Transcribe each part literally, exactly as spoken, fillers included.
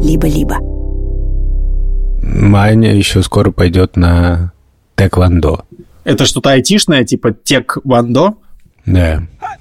«Либо-либо». Маня еще скоро пойдет на тэквондо. Это что-то айтишное, типа тэквондо? Да.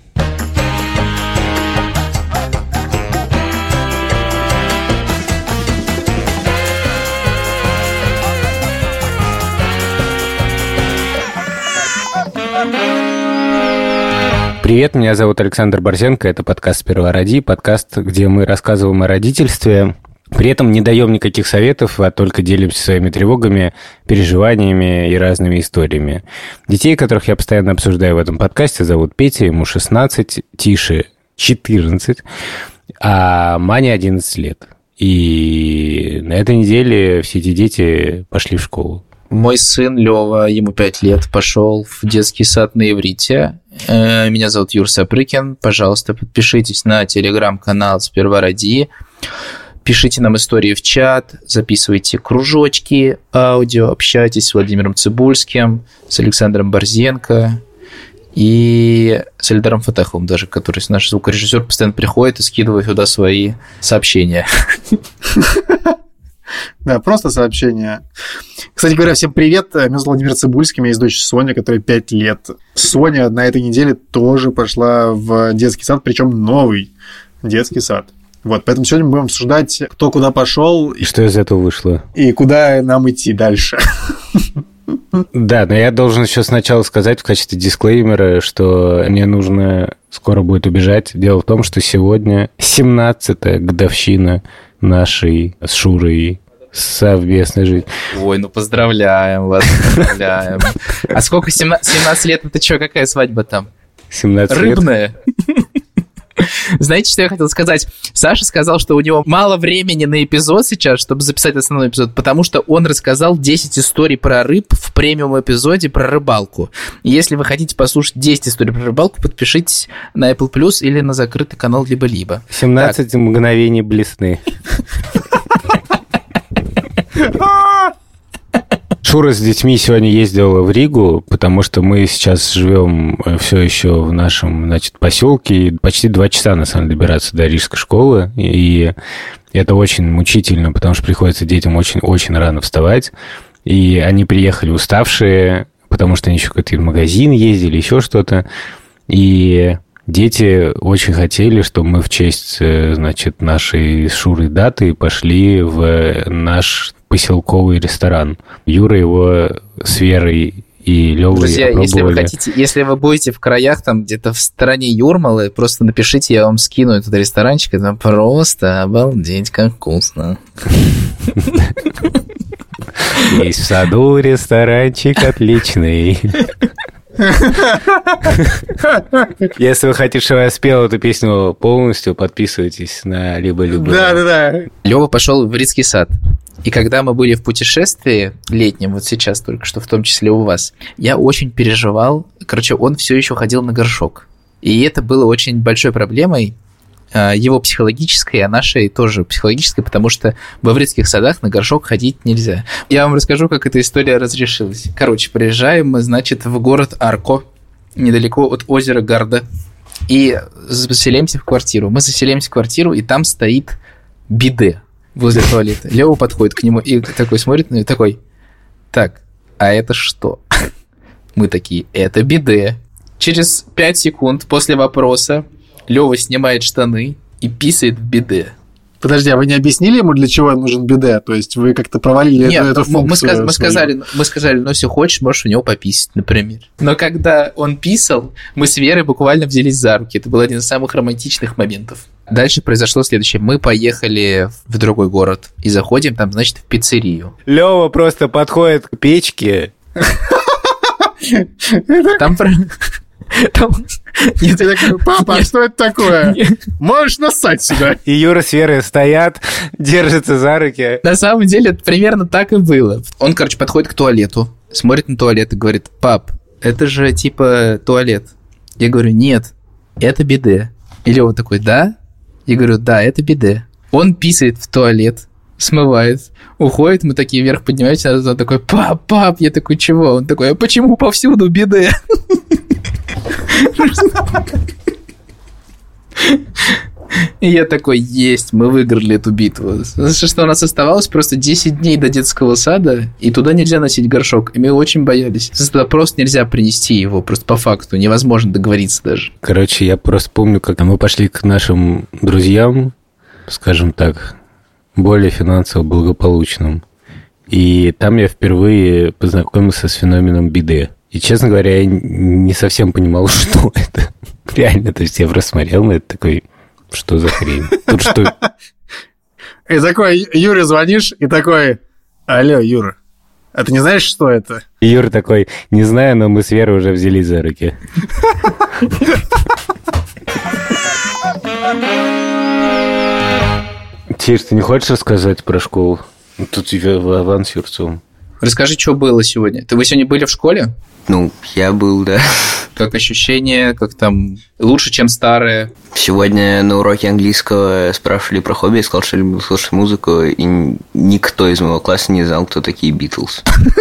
Привет, меня зовут Александр Борзенко, это подкаст «Сперва роди», подкаст, где мы рассказываем о родительстве, при этом не даем никаких советов, а только делимся своими тревогами, переживаниями и разными историями. Детей, которых я постоянно обсуждаю в этом подкасте, зовут Петя, ему шестнадцать, Тише четырнадцать, а Мане одиннадцать лет. И на этой неделе все эти дети пошли в школу. Мой сын Лёва, ему пять лет, пошел в детский сад на иврите. Меня зовут Юр Сапрыкин. Пожалуйста, подпишитесь на телеграм-канал «Сперва роди». Пишите нам истории в чат, записывайте кружочки, аудио, общайтесь с Владимиром Цибульским, с Александром Борзенко и с Эльдаром Фатаховым даже, который наш звукорежиссер постоянно приходит и скидывает туда свои сообщения. Да, просто сообщение. Кстати говоря, всем привет. Меня зовут Владимир Цибульский, у меня есть дочь Соня, которой пять лет. Соня на этой неделе тоже пошла в детский сад, причем новый детский сад. Вот, поэтому сегодня мы будем обсуждать, кто куда пошел. И что из этого вышло. И куда нам идти дальше. Да, но я должен еще сначала сказать в качестве дисклеймера, что мне нужно скоро будет убежать. Дело в том, что сегодня семнадцатая годовщина нашей с Шурой совместной жизни. Ой, ну поздравляем вас, поздравляем. А сколько, семнадцать лет, это что, какая свадьба там? семнадцать Рыбная? Знаете, что я хотел сказать? Саша сказал, что у него мало времени на эпизод сейчас, чтобы записать основной эпизод, потому что он рассказал десять историй про рыб в премиум-эпизоде про рыбалку. Если вы хотите послушать десять историй про рыбалку, подпишитесь на Apple Plus или на закрытый канал «Либо-либо». семнадцать так. Мгновений блесны. Шура с детьми сегодня ездила в Ригу, потому что мы сейчас живем все еще в нашем, значит, поселке. И почти два часа, на самом деле, добираться до рижской школы. И это очень мучительно, потому что приходится детям очень-очень рано вставать. И они приехали уставшие, потому что они еще в какой-то магазин ездили, еще что-то. И дети очень хотели, чтобы мы в честь, значит, нашей с Шурой даты пошли в наш поселковый ресторан. Юра его с Верой и Лёвой Друзья, опробовали. если вы хотите, если вы будете в краях, там где-то в стороне Юрмалы, просто напишите, я вам скину этот ресторанчик, это просто обалдеть, как вкусно. Есть в саду ресторанчик отличный. Если вы хотите, чтобы я спел эту песню полностью, подписывайтесь на «Либо-либо». Да-да-да. Лёва пошел в Ридский сад. И когда мы были в путешествии летнем, вот сейчас только что, в том числе у вас, я очень переживал. Короче, он все еще ходил на горшок. И это было очень большой проблемой, его психологической, а нашей тоже психологической, потому что во Вридских садах на горшок ходить нельзя. Я вам расскажу, как эта история разрешилась. Короче, приезжаем мы, значит, в город Арко, недалеко от озера Гарда, и заселяемся в квартиру. Мы заселяемся в квартиру, и там стоит биде возле туалета. Лёва подходит к нему и такой смотрит на него, такой: так, а это что? Мы такие: это биде. Через пять секунд после вопроса Лёва снимает штаны и писает в биде. Подожди, а вы не объяснили ему, для чего нужен биде? То есть вы как-то провалили Нет, эту, эту мы, функцию? Мы, мы, сказали, мы сказали, ну, если хочешь, можешь у него пописать, например. Но когда он писал, мы с Верой буквально взялись за руки. Это был один из самых романтичных моментов. Дальше произошло следующее. Мы поехали в другой город и заходим там, значит, в пиццерию. Лёва просто подходит к печке. Там... Там... Нет, я такой: папа, а что это такое? Можешь нассать сюда. И Юра с Верой стоят, держатся за руки. На самом деле, это примерно так и было. Он, короче, подходит к туалету, смотрит на туалет и говорит: пап, это же типа туалет. Я говорю: нет, это биде. И Лёва такой: да? Я говорю: да, это биде. Он писает в туалет, смывает, уходит, мы такие вверх поднимаемся, он такой: пап, пап, я такой: чего? Он такой: а почему повсюду биде? И я такой, есть, мы выиграли эту битву. Значит, что у нас оставалось просто десять дней до детского сада, и туда нельзя носить горшок. И мы очень боялись. Туда просто нельзя принести его, просто по факту. Невозможно договориться даже. Короче, я просто помню, как мы пошли к нашим друзьям, скажем так, более финансово благополучным. И там я впервые познакомился с феноменом биде. И, честно говоря, я не совсем понимал, что это. Реально, то есть я просто смотрел на это такой, что за хрень? Тут что? И такой, Юре звонишь, и такой, алло, Юра, а ты не знаешь, что это? И Юра такой, не знаю, но мы с Верой уже взялись за руки. Тиш, ты не хочешь рассказать про школу? Тут Вован с Юрцом. Расскажи, что было сегодня. Ты вы сегодня были в школе? Ну, я был, да. Как ощущения, как там лучше, чем старые? Сегодня на уроке английского спрашивали про хобби, я сказал, что люблю слушать музыку, и никто из моего класса не знал, кто такие Битлз.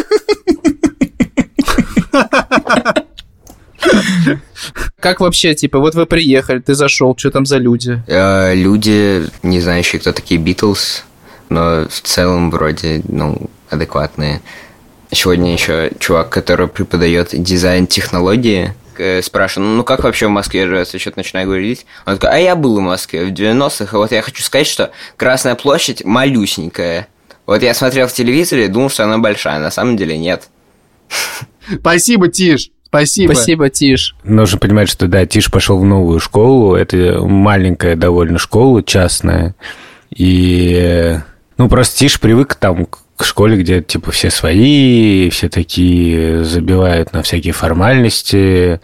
Как вообще, типа, вот вы приехали, ты зашел, что там за люди? Люди, не знающие, кто такие Битлз, но в целом вроде, ну, адекватные. Сегодня еще чувак, который преподает дизайн-технологии, спрашиваю, ну как вообще в Москве живется? Что-то начинаю говорить. Он такой, а я был в Москве в девяностых, и вот я хочу сказать, что Красная площадь малюсенькая. Вот я смотрел в телевизоре и думал, что она большая, на самом деле нет. Спасибо, Тиш. Спасибо. Спасибо, Тиш. Нужно понимать, что да, Тиш пошел в новую школу. Это маленькая довольно школа, частная. И, ну, просто Тиш привык там к школе, где, типа, все свои, все такие забивают на всякие формальности,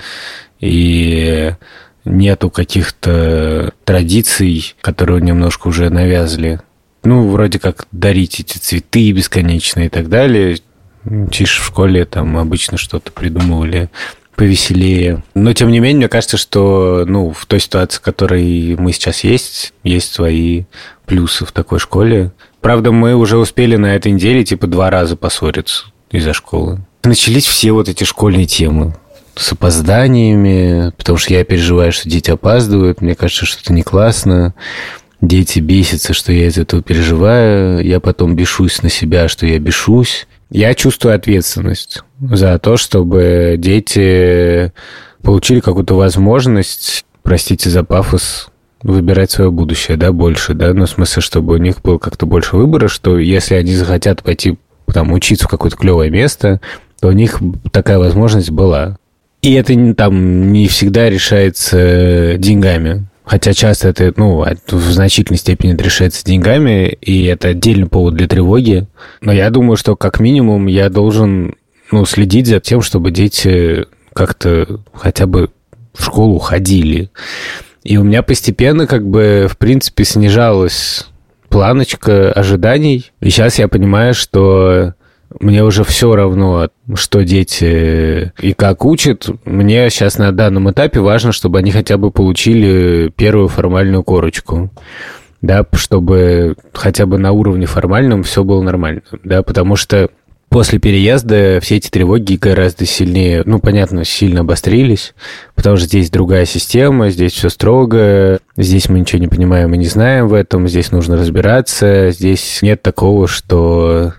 и нету каких-то традиций, которые немножко уже навязли. Ну, вроде как дарить эти цветы бесконечные и так далее. Тиш в школе там обычно что-то придумывали повеселее. Но, тем не менее, мне кажется, что, ну, в той ситуации, в которой мы сейчас есть, есть свои плюсы в такой школе. Правда, мы уже успели на этой неделе, типа, два раза поссориться из-за школы. Начались все вот эти школьные темы с опозданиями, потому что я переживаю, что дети опаздывают. Мне кажется, что это не классно. Дети бесятся, что я из этого переживаю. Я потом бешусь на себя, что я бешусь. Я чувствую ответственность за то, чтобы дети получили какую-то возможность, простите за пафос, выбирать свое будущее, да, больше, да, ну, в смысле, чтобы у них было как-то больше выбора, что если они захотят пойти там учиться в какое-то клевое место, то у них такая возможность была. И это там не всегда решается деньгами. Хотя часто это, ну, в значительной степени это решается деньгами, и это отдельный повод для тревоги. Но я думаю, что как минимум я должен, ну, следить за тем, чтобы дети как-то хотя бы в школу ходили. И у меня постепенно, как бы, в принципе, снижалась планочка ожиданий. И сейчас я понимаю, что мне уже все равно, что дети и как учат. Мне сейчас на данном этапе важно, чтобы они хотя бы получили первую формальную корочку. Да, чтобы хотя бы на уровне формальном все было нормально. Да, потому что после переезда все эти тревоги гораздо сильнее, ну, понятно, сильно обострились, потому что здесь другая система, здесь все строго, здесь мы ничего не понимаем и не знаем в этом, здесь нужно разбираться, здесь нет такого, что...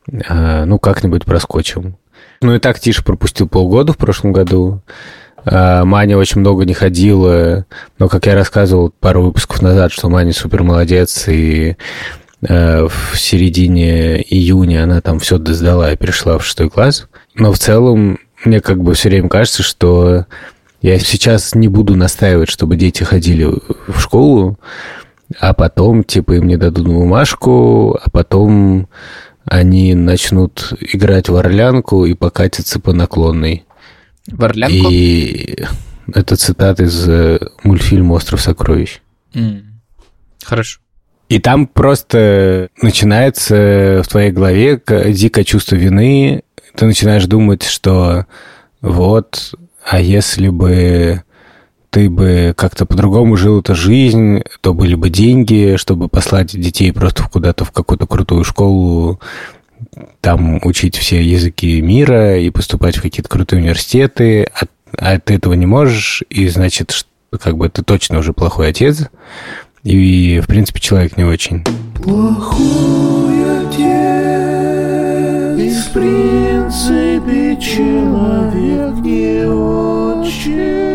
ну, как-нибудь проскочим. Ну, и так Тиша пропустил полгода в прошлом году. Маня очень много не ходила, но, как я рассказывал пару выпусков назад, что Маня супер молодец, и в середине июня она там все досдала и перешла в шестой класс. Но в целом мне как бы все время кажется, что я сейчас не буду настаивать, чтобы дети ходили в школу, а потом, типа, им не дадут бумажку, а потом... они начнут играть в орлянку и покатятся по наклонной. В орлянку? И это цитат из мультфильма «Остров сокровищ». Mm. Хорошо. И там просто начинается в твоей голове дикое чувство вины. Ты начинаешь думать, что вот, а если бы ты бы как-то по-другому жил эту жизнь, то были бы деньги, чтобы послать детей просто куда-то в какую-то крутую школу, там учить все языки мира и поступать в какие-то крутые университеты, а, а ты этого не можешь, и значит, как бы ты точно уже плохой отец, И, в принципе, человек не очень. Плохой отец, в принципе, человек не очень.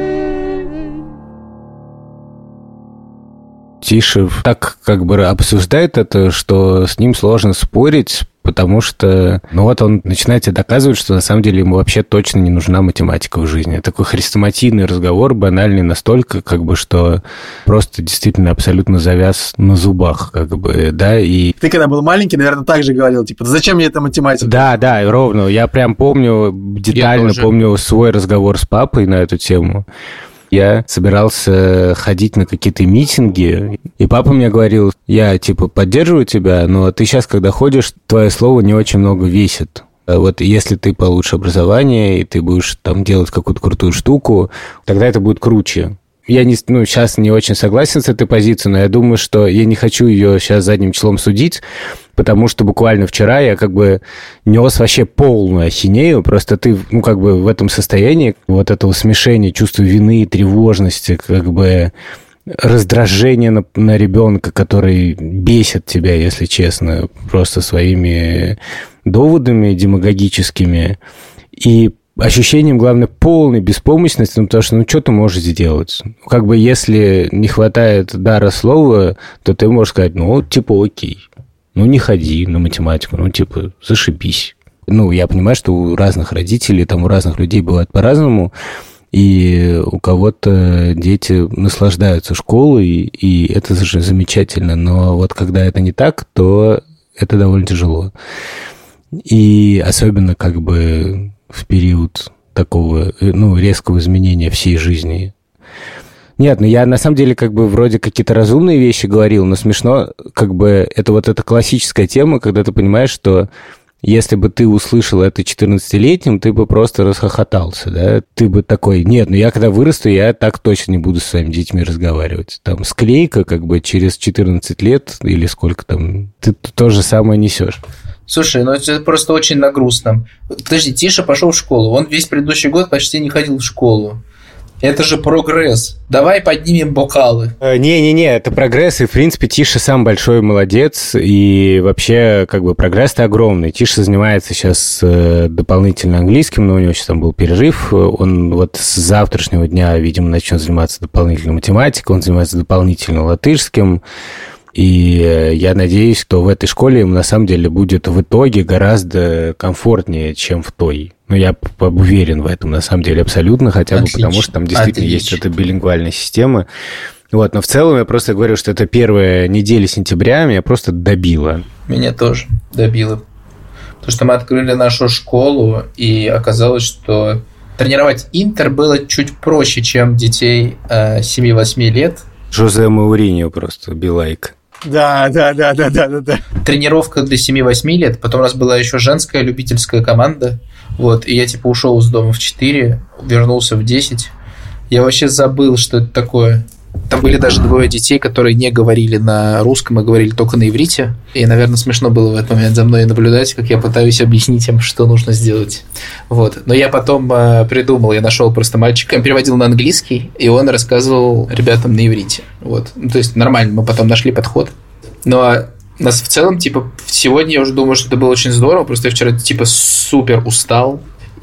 Тишев так как бы обсуждает это, что с ним сложно спорить, потому что, ну вот он начинает тебе доказывать, что на самом деле ему вообще точно не нужна математика в жизни. Такой хрестоматийный разговор, банальный настолько, как бы, что просто действительно абсолютно завяз на зубах, как бы, да, и... Ты когда был маленький, наверное, так же говорил, типа, зачем мне эта математика? Да, да, ровно. Я прям помню, детально помню свой разговор с папой на эту тему. Я собирался ходить на какие-то митинги, и папа мне говорил, я, типа, поддерживаю тебя, но ты сейчас, когда ходишь, твое слово не очень много весит. Вот если ты получишь образование, и ты будешь там делать какую-то крутую штуку, тогда это будет круче. Я не, ну, сейчас не очень согласен с этой позицией, но я думаю, что я не хочу ее сейчас задним числом судить, потому что буквально вчера я как бы нес вообще полную ахинею, просто ты, ну, как бы в этом состоянии вот этого смешения чувства вины, тревожности, как бы раздражения на, на ребенка, который бесит тебя, если честно, просто своими доводами демагогическими, и ощущением, главное, полной беспомощности, ну, потому что, ну, что ты можешь сделать? Как бы, если не хватает дара слова, то ты можешь сказать, ну, типа, окей, ну, не ходи на математику, ну, типа, зашибись. Ну, я понимаю, что у разных родителей, там, у разных людей бывает по-разному, и у кого-то дети наслаждаются школой, и это же замечательно, но вот когда это не так, то это довольно тяжело. И особенно, как бы, в период такого, ну, резкого изменения всей жизни. Нет, ну я на самом деле как бы вроде какие-то разумные вещи говорил, но смешно, как бы это вот эта классическая тема, когда ты понимаешь, что если бы ты услышал это четырнадцатилетним, ты бы просто расхохотался, да? Ты бы такой, нет, ну я когда вырасту, я так точно не буду с своими детьми разговаривать. Там склейка как бы через четырнадцать лет или сколько там, ты то же самое несешь. Слушай, ну это просто очень на грустном. Подожди, Тиша пошел в школу. Он весь предыдущий год почти не ходил в школу. Это же прогресс. Давай поднимем бокалы. Не-не-не, это прогресс, и, в принципе, Тиша сам большой молодец, и вообще, как бы, прогресс-то огромный. Тиша занимается сейчас дополнительно английским, но у него сейчас там был перерыв. Он вот с завтрашнего дня, видимо, начнет заниматься дополнительно математикой, он занимается дополнительно латышским. И я надеюсь, что в этой школе ему на самом деле будет в итоге гораздо комфортнее, чем в той. Ну, я уверен в этом, на самом деле, абсолютно, хотя бы Отлично. потому, что там действительно Отлично. есть эта билингвальная система. Вот, но в целом я просто говорю, что это первая неделя сентября меня просто добило. Меня тоже добило. Потому что мы открыли нашу школу, и оказалось, что тренировать Интер было чуть проще, чем детей э, семь-восемь лет. Жозе Мауриньо просто, билайк. Да, да, да, да, да, да, да. Тренировка для семь-восемь лет, потом у нас была еще женская любительская команда, вот, и я типа ушел из дома в четыре, вернулся в десять. Я вообще забыл, что это такое. Там были даже двое детей, которые не говорили на русском, а говорили только на иврите. И, наверное, смешно было в этот момент за мной наблюдать, как я пытаюсь объяснить им, что нужно сделать. Вот. Но я потом э, придумал, я нашел просто мальчика, переводил на английский, и он рассказывал ребятам на иврите. Вот. Ну, то есть нормально, мы потом нашли подход. Но нас в целом, типа, сегодня я уже думаю, что это было очень здорово, просто я вчера, типа, супер устал.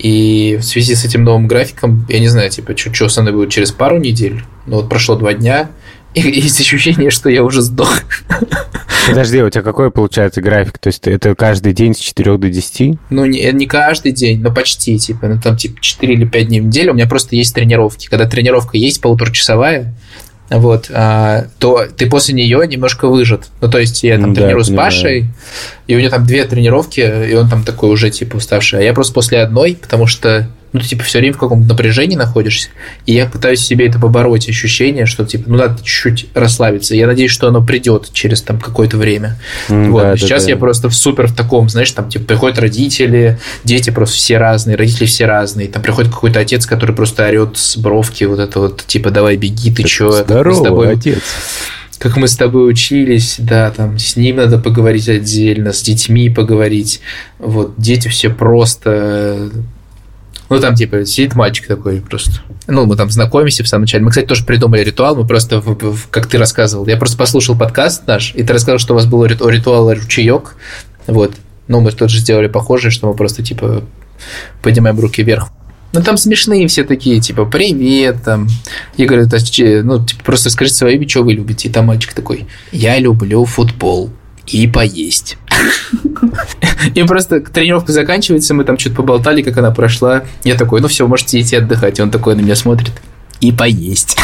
И в связи с этим новым графиком, я не знаю, типа, что со мной будет через пару недель, но вот прошло два дня, и есть ощущение, что я уже сдох. Подожди, у тебя какой получается график? То есть это каждый день с четырёх до десяти? Ну, не, не каждый день, но почти, типа, ну, там, типа, четыре или пять дней в неделю. У меня просто есть тренировки. Когда тренировка есть полуторачасовая, вот, а, то ты после нее немножко выжат. Ну, то есть я там да, тренирую с Пашей, и у него там две тренировки, и он там такой уже, типа, уставший. А я просто после одной, потому что, ну, ты, типа, все время в каком-то напряжении находишься, и я пытаюсь себе это побороть, ощущение, что, типа, ну, надо чуть-чуть расслабиться. Я надеюсь, что оно придет через, там, какое-то время. Mm, вот. Да, сейчас да, я да. просто в супер в таком, знаешь, там, типа, приходят родители, дети просто все разные, родители все разные, там приходит какой-то отец, который просто орет с бровки, вот это вот, типа, давай, беги, ты чё? Здорово, с тобой... отец. Как мы с тобой учились, да, там, с ним надо поговорить отдельно, с детьми поговорить. Вот, дети все просто... Ну, там, типа, сидит мальчик такой просто. Ну, мы там знакомимся в самом начале. Мы, кстати, тоже придумали ритуал. Мы просто, в, в, как ты рассказывал, я просто послушал подкаст наш, и ты рассказал, что у вас был ритуал, ритуал ручеек. Вот. Ну, мы тоже сделали похожее, что мы просто, типа, поднимаем руки вверх. Ну, там смешные все такие, типа, привет, там. Я говорю, ну, типа, просто скажите свое имя, что вы любите. И там мальчик такой, я люблю футбол и поесть. И просто тренировка заканчивается, мы там что-то поболтали, как она прошла. Я такой, ну все, можете идти отдыхать. И он такой на меня смотрит. И поесть.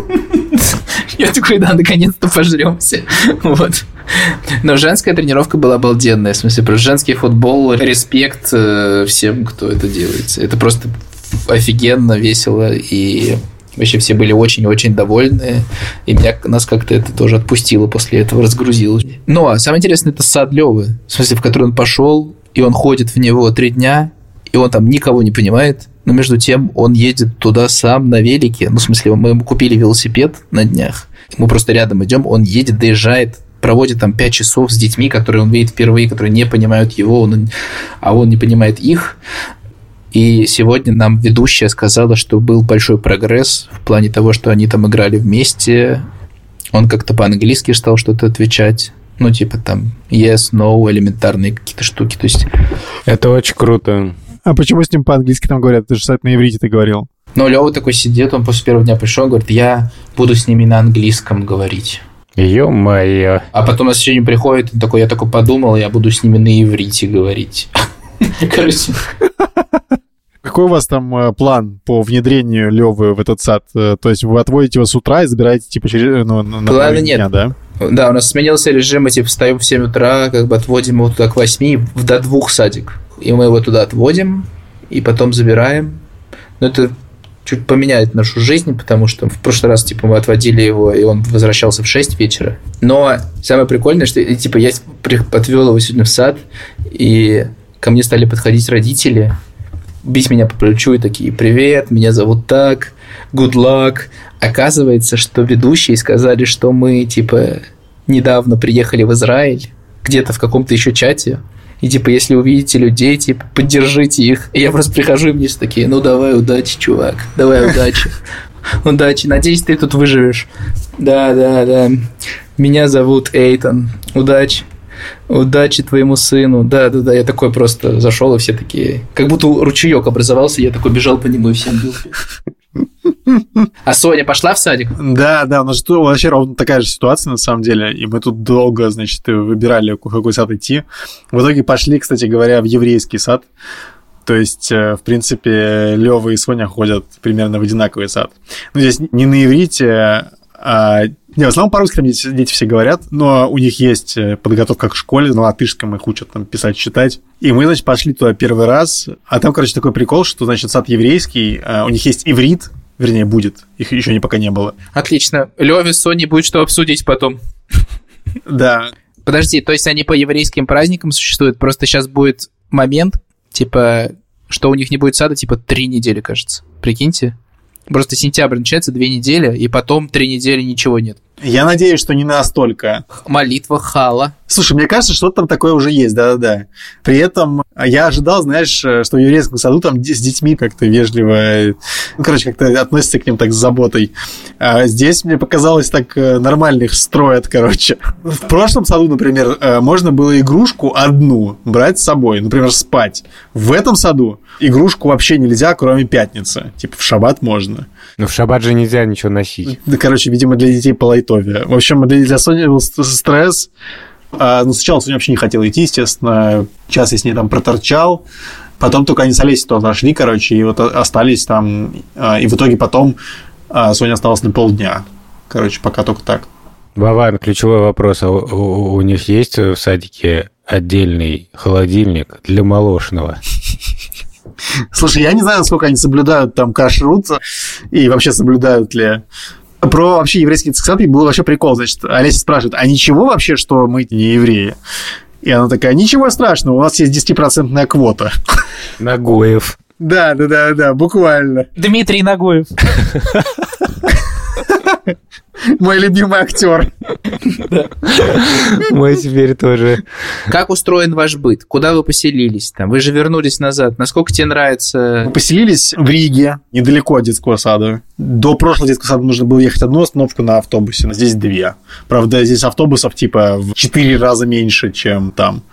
Я такой, да, наконец-то пожремся. Вот. Но женская тренировка была обалденная. В смысле, про женский футбол, респект всем, кто это делает. Это просто офигенно, весело, и вообще все были очень-очень довольны, и меня, нас как-то это тоже отпустило после этого, разгрузило. Ну, а самое интересное, это сад Лёвы, в смысле, в который он пошел, и он ходит в него три дня, и он там никого не понимает, но между тем он едет туда сам на велике, ну, в смысле, мы ему купили велосипед на днях, мы просто рядом идем, он едет, доезжает, проводит там пять часов с детьми, которые он видит впервые, которые не понимают его, он, а он не понимает их. И сегодня нам ведущая сказала, что был большой прогресс в плане того, что они там играли вместе. Он как-то по-английски стал что-то отвечать. Ну, типа там yes, no, элементарные какие-то штуки. То есть... Это очень круто. А почему с ним по-английски там говорят? Ты же, кстати, на иврите ты говорил. Ну, Лёва такой сидит, он после первого дня пришел, говорит, я буду с ними на английском говорить. Ё-моё. А потом на следующий день приходит, он такой, я такой подумал, я буду с ними на иврите говорить. Короче... Какой у вас там э, план по внедрению Лёвы в этот сад? Э, то есть вы отводите его с утра и забираете типа через ну, на Плана нет. Дня, да? Да, у нас сменился режим, мы типа встаем в семь утра, как бы отводим его туда к восьми, до двух садик. И мы его туда отводим, и потом забираем. Но это чуть поменяет нашу жизнь, потому что в прошлый раз типа мы отводили его, и он возвращался в шесть вечера. Но самое прикольное, что типа я отвел его сегодня в сад, и ко мне стали подходить родители, бить меня по плечу и такие, привет, меня зовут так, good luck. Оказывается, что ведущие сказали, что мы, типа, недавно приехали в Израиль, где-то в каком-то еще чате, и, типа, если увидите людей, типа, поддержите их. И я просто прихожу, и мне все такие, ну, давай, удачи, чувак, давай, удачи. Удачи, надеюсь, ты тут выживешь. Да, да, да. Меня зовут Эйтан. Удачи. Удачи твоему сыну. Да, да, да. Я такой просто зашел, и все такие. Как будто ручеек образовался, я такой бежал по нему и всем бил. А Соня пошла в садик? Да, да, у нас вообще ровно такая же ситуация на самом деле. И мы тут долго, значит, выбирали, в какой сад идти. В итоге пошли, кстати говоря, в еврейский сад. То есть, в принципе, Лёва и Соня ходят примерно в одинаковый сад. Ну, здесь не на иврите, а... Не, в основном по-русски там дети, дети все говорят, но у них есть подготовка к школе, на латышском их учат там писать, читать. И мы, значит, пошли туда первый раз, а там, короче, такой прикол, что, значит, сад еврейский, у них есть иврит, вернее, будет, их еще пока не было. Отлично. Лёве с Соней будет что обсудить потом. Да. Подожди, то есть они по еврейским праздникам существуют, просто сейчас будет момент, типа, что у них не будет сада, типа, три недели, кажется. Прикиньте. Просто сентябрь начинается, две недели, и потом три недели ничего нет. Я надеюсь, что не настолько. Молитва, хала. Слушай, мне кажется, что-то там такое уже есть, да-да-да. При этом я ожидал, знаешь, что в еврейском саду там с детьми как-то вежливо, ну, короче, как-то относятся к ним так с заботой. А здесь мне показалось так нормально их строят, короче. В прошлом саду, например, можно было игрушку одну брать с собой, например, спать. В этом саду игрушку вообще нельзя, кроме пятницы. Типа в шаббат можно. Но в шаббат же нельзя ничего носить. Да, короче, видимо, для детей по лайтове. В общем, для, для Сони был стресс. А, ну, сначала Соня вообще не хотела идти, естественно. Час я с ней там проторчал. Потом только они с Олесей туда зашли, короче, и вот остались там. И в итоге потом Соня осталась на полдня. Короче, пока только так. Вован, ключевой вопрос. А у, у, у них есть в садике отдельный холодильник для молочного? Слушай, я не знаю, насколько они соблюдают там кашрут и вообще соблюдают ли. Про вообще еврейский детский сад был вообще прикол. Значит, Олеся спрашивает, а ничего вообще, что мы не евреи? И она такая, ничего страшного, у нас есть десятипроцентная квота. Нагоев. Да, да, да, да, буквально. Дмитрий Нагоев. Мой любимый актер. Мой теперь тоже. Как устроен ваш быт? Куда вы поселились? Там, вы же вернулись назад. Насколько тебе нравится? Мы поселились в Риге, недалеко от детского сада. До прошлого детского сада нужно было ехать одну остановку на автобусе, а здесь две. Правда, здесь автобусов типа в четыре раза меньше, чем там.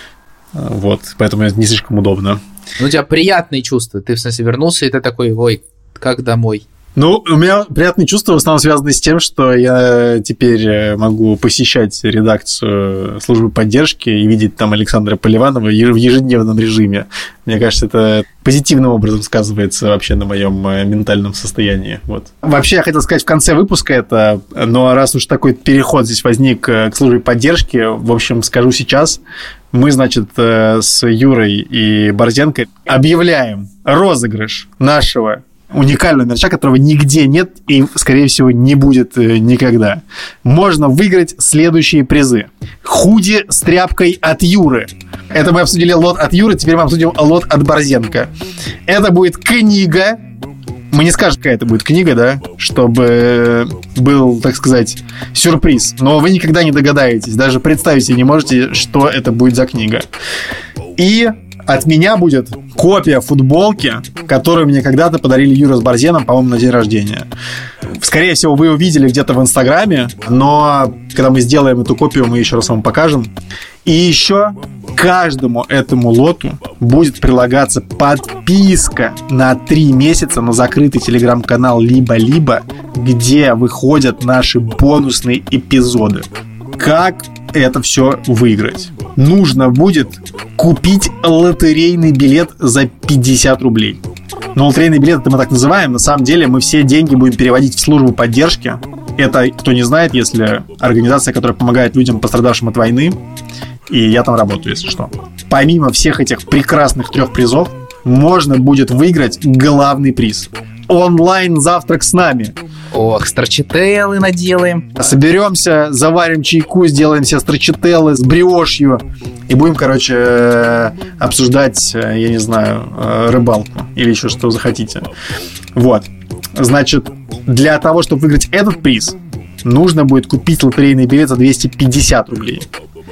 Вот, поэтому это не слишком удобно. Ну, у тебя приятные чувства. Ты, в смысле, вернулся, и ты такой, ой, как домой? Ну, у меня приятные чувства в основном связаны с тем, что я теперь могу посещать редакцию службы поддержки и видеть там Александра Поливанова в ежедневном режиме. Мне кажется, это позитивным образом сказывается вообще на моем ментальном состоянии. Вот. Вообще, я хотел сказать в конце выпуска это, но раз уж такой переход здесь возник к службе поддержки, в общем, скажу сейчас. Мы, значит, с Юрой и Борзенко объявляем розыгрыш нашего уникального мерча, которого нигде нет и, скорее всего, не будет никогда. Можно выиграть следующие призы. Худи с тряпкой от Юры. Это мы обсудили лот от Юры, теперь мы обсудим лот от Борзенко. Это будет книга. Мы не скажем, какая это будет книга, да, чтобы был, так сказать, сюрприз. Но вы никогда не догадаетесь, даже представить себе не можете, что это будет за книга. И от меня будет копия футболки, которую мне когда-то подарили Юра с Борзеном, по-моему, на день рождения. Скорее всего, вы увидели где-то в Инстаграме, но когда мы сделаем эту копию, мы еще раз вам покажем. И еще к каждому этому лоту будет прилагаться подписка на три месяца на закрытый телеграм-канал «Либо-либо», где выходят наши бонусные эпизоды. Как это все выиграть? Нужно будет купить лотерейный билет за пятьдесят рублей. Но лотерейный билет это мы так называем. На самом деле мы все деньги будем переводить в службу поддержки. Это, кто не знает, если организация, которая помогает людям, пострадавшим от войны. И я там работаю, если что. Помимо всех этих прекрасных трех призов, можно будет выиграть главный приз. Онлайн-завтрак с нами. Ох, страчителлы наделаем. Соберемся, заварим чайку, сделаем себе страчителлы с бриошью и будем, короче, обсуждать, я не знаю, рыбалку или еще что захотите. Вот. Значит, для того, чтобы выиграть этот приз, нужно будет купить лотерейный билет за двести пятьдесят рублей.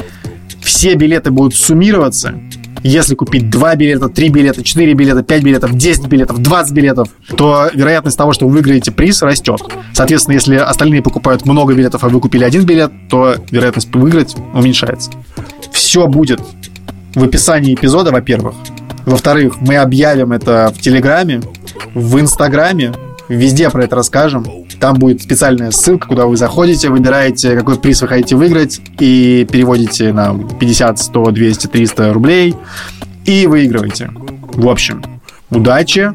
Все билеты будут суммироваться. Если купить два билета, три билета, четыре билета, пять билетов, десять билетов, двадцать билетов, то вероятность того, что вы выиграете приз, растет. Соответственно, если остальные покупают много билетов, а вы купили один билет, то вероятность выиграть уменьшается. Все будет в описании эпизода, во-первых. Во-вторых, мы объявим это в Телеграме, в Инстаграме, везде про это расскажем. Там будет специальная ссылка, куда вы заходите, выбираете, какой приз вы хотите выиграть, и переводите нам пятьдесят, сто, двести, триста рублей, и выигрываете. В общем, удачи,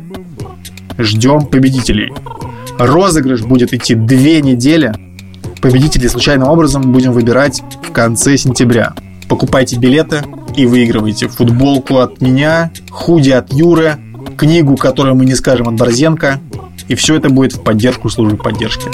ждем победителей. Розыгрыш будет идти две недели. Победителей случайным образом будем выбирать в конце сентября. Покупайте билеты и выигрывайте футболку от меня, худи от Юры, книгу, которую мы не скажем, от Борзенко. И все это будет в поддержку службы поддержки.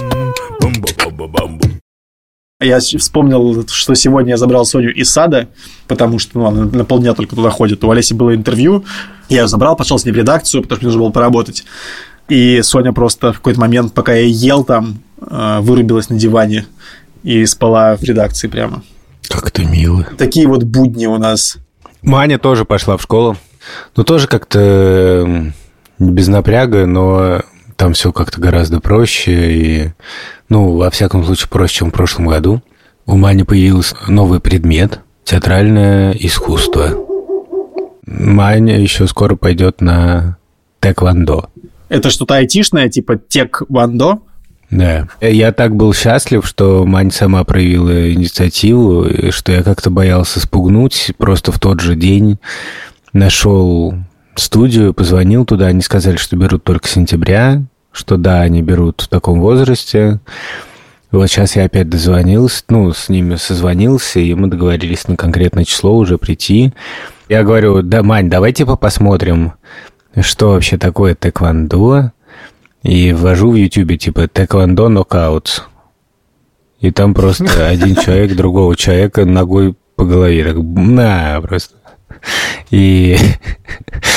Я вспомнил, что сегодня я забрал Соню из сада, потому что ну, она на полдня только туда ходит. У Олеси было интервью, я ее забрал, пошел с ней в редакцию, потому что мне нужно было поработать. И Соня просто в какой-то момент, пока я ел там, вырубилась на диване и спала в редакции прямо. Как ты милый. Такие вот будни у нас. Маня тоже пошла в школу. Ну, тоже как-то без напряга, но там все как-то гораздо проще. И, ну, во всяком случае, проще, чем в прошлом году. У Мани появился новый предмет – театральное искусство. Маня еще скоро пойдет на тэквондо. Это что-то айтишное, типа тэквондо? Да. Я так был счастлив, что Мань сама проявила инициативу, что я как-то боялся спугнуть. Просто в тот же день нашел студию, позвонил туда. Они сказали, что берут только с сентября, что да, они берут в таком возрасте. Вот сейчас я опять дозвонился, ну, с ними созвонился, и мы договорились на конкретное число уже прийти. Я говорю, да, Мань, давай типа посмотрим, что вообще такое тэквондо. И ввожу в Ютубе, типа, тэквондо нокаут. И там просто один человек другого человека ногой по голове. Так, на, просто. И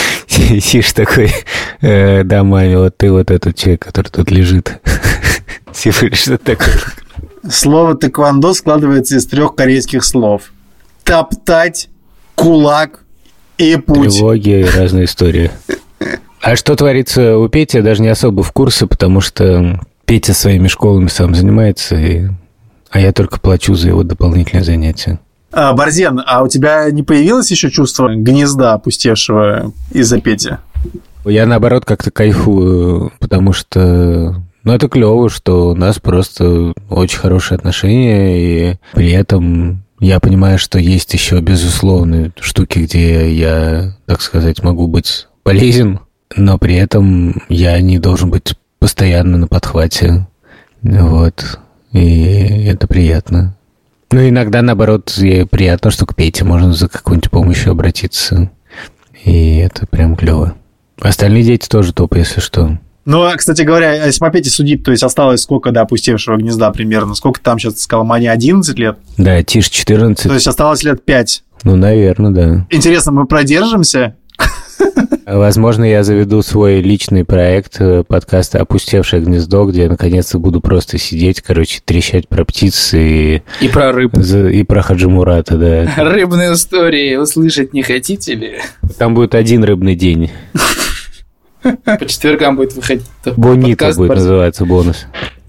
сидишь такой, да, маме, вот ты вот этот человек, который тут лежит. Типа, что такое? Слово тэквондо складывается из трех корейских слов. Топтать, кулак и путь. Тревоги и разные истории. А что творится у Пети, я даже не особо в курсе, потому что Петя своими школами сам занимается, и... а я только плачу за его дополнительные занятия. А, Борзен, а у тебя не появилось еще чувство гнезда, опустевшего из-за Пети? Я, наоборот, как-то кайфую, потому что... Ну, это клево, что у нас просто очень хорошие отношения, и при этом я понимаю, что есть еще, безусловно, штуки, где я, так сказать, могу быть полезен, но при этом я не должен быть постоянно на подхвате. Вот. И это приятно. Ну, иногда, наоборот, приятно, что к Пете можно за какой-нибудь помощью обратиться. И это прям клево. Остальные дети тоже топ, если что. Ну, кстати говоря, если по Пете судить, то есть осталось сколько до опустевшего гнезда примерно? Сколько там сейчас, сказал, Мане одиннадцать лет? Да, Тиш четырнадцать. То есть осталось лет пять. Ну, наверное, да. Интересно, мы продержимся? Возможно, я заведу свой личный проект подкаста «Опустевшее гнездо», где я наконец-то буду просто сидеть, короче, трещать про птиц и... И про рыб. И про Хаджи Мурата, да. Рыбные истории услышать не хотите ли? Там будет один рыбный день. По четвергам будет выходить Бонита будет называться бонус.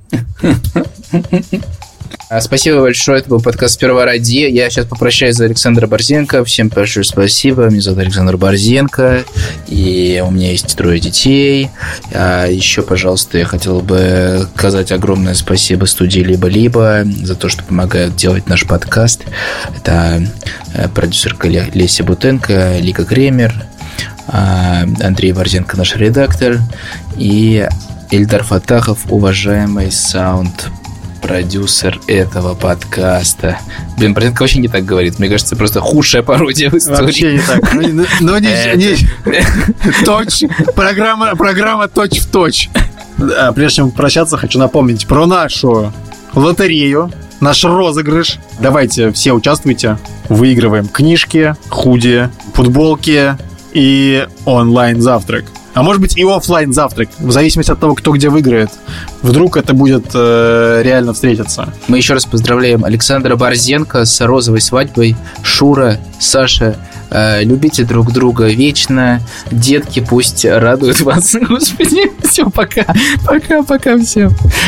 Спасибо большое, это был подкаст «Сперва ради». Я сейчас попрощаюсь за Александра Борзенко. Всем большое спасибо. Меня зовут Александр Борзенко, и у меня есть трое детей. А еще, пожалуйста, я хотел бы сказать огромное спасибо студии «Либо-либо» за то, что помогают делать наш подкаст. Это продюсерка Леся Бутенко, Лика Кремер, Андрей Борзенко, наш редактор, и Ильдар Фатахов, уважаемый саунд продюсер этого подкаста. Блин, Борзенко вообще не так говорит. Мне кажется, просто худшая пародия в истории. Вообще не так. Ну, ну не... Точь. Программа, программа точь в точь. Прежде чем прощаться, хочу напомнить про нашу лотерею, наш розыгрыш. Давайте все участвуйте. Выигрываем книжки, худи, футболки и онлайн-завтрак. А может быть и офлайн завтрак, в зависимости от того, кто где выиграет. Вдруг это будет э, реально встретиться. Мы еще раз поздравляем Александра Борзенко с розовой свадьбой. Шура, Саша, э, любите друг друга вечно. Детки пусть радуют вас. Господи, все, пока. Пока-пока всем.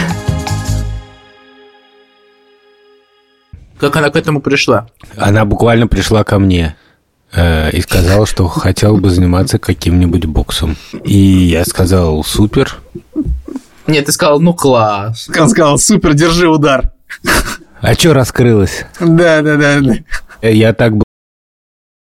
Как она к этому пришла? Она буквально пришла ко мне и сказал, что хотел бы заниматься каким-нибудь боксом. И я сказал, супер. Нет, ты сказал, ну класс. Он сказал, супер, держи удар. А что раскрылось? Да, да, да. Я так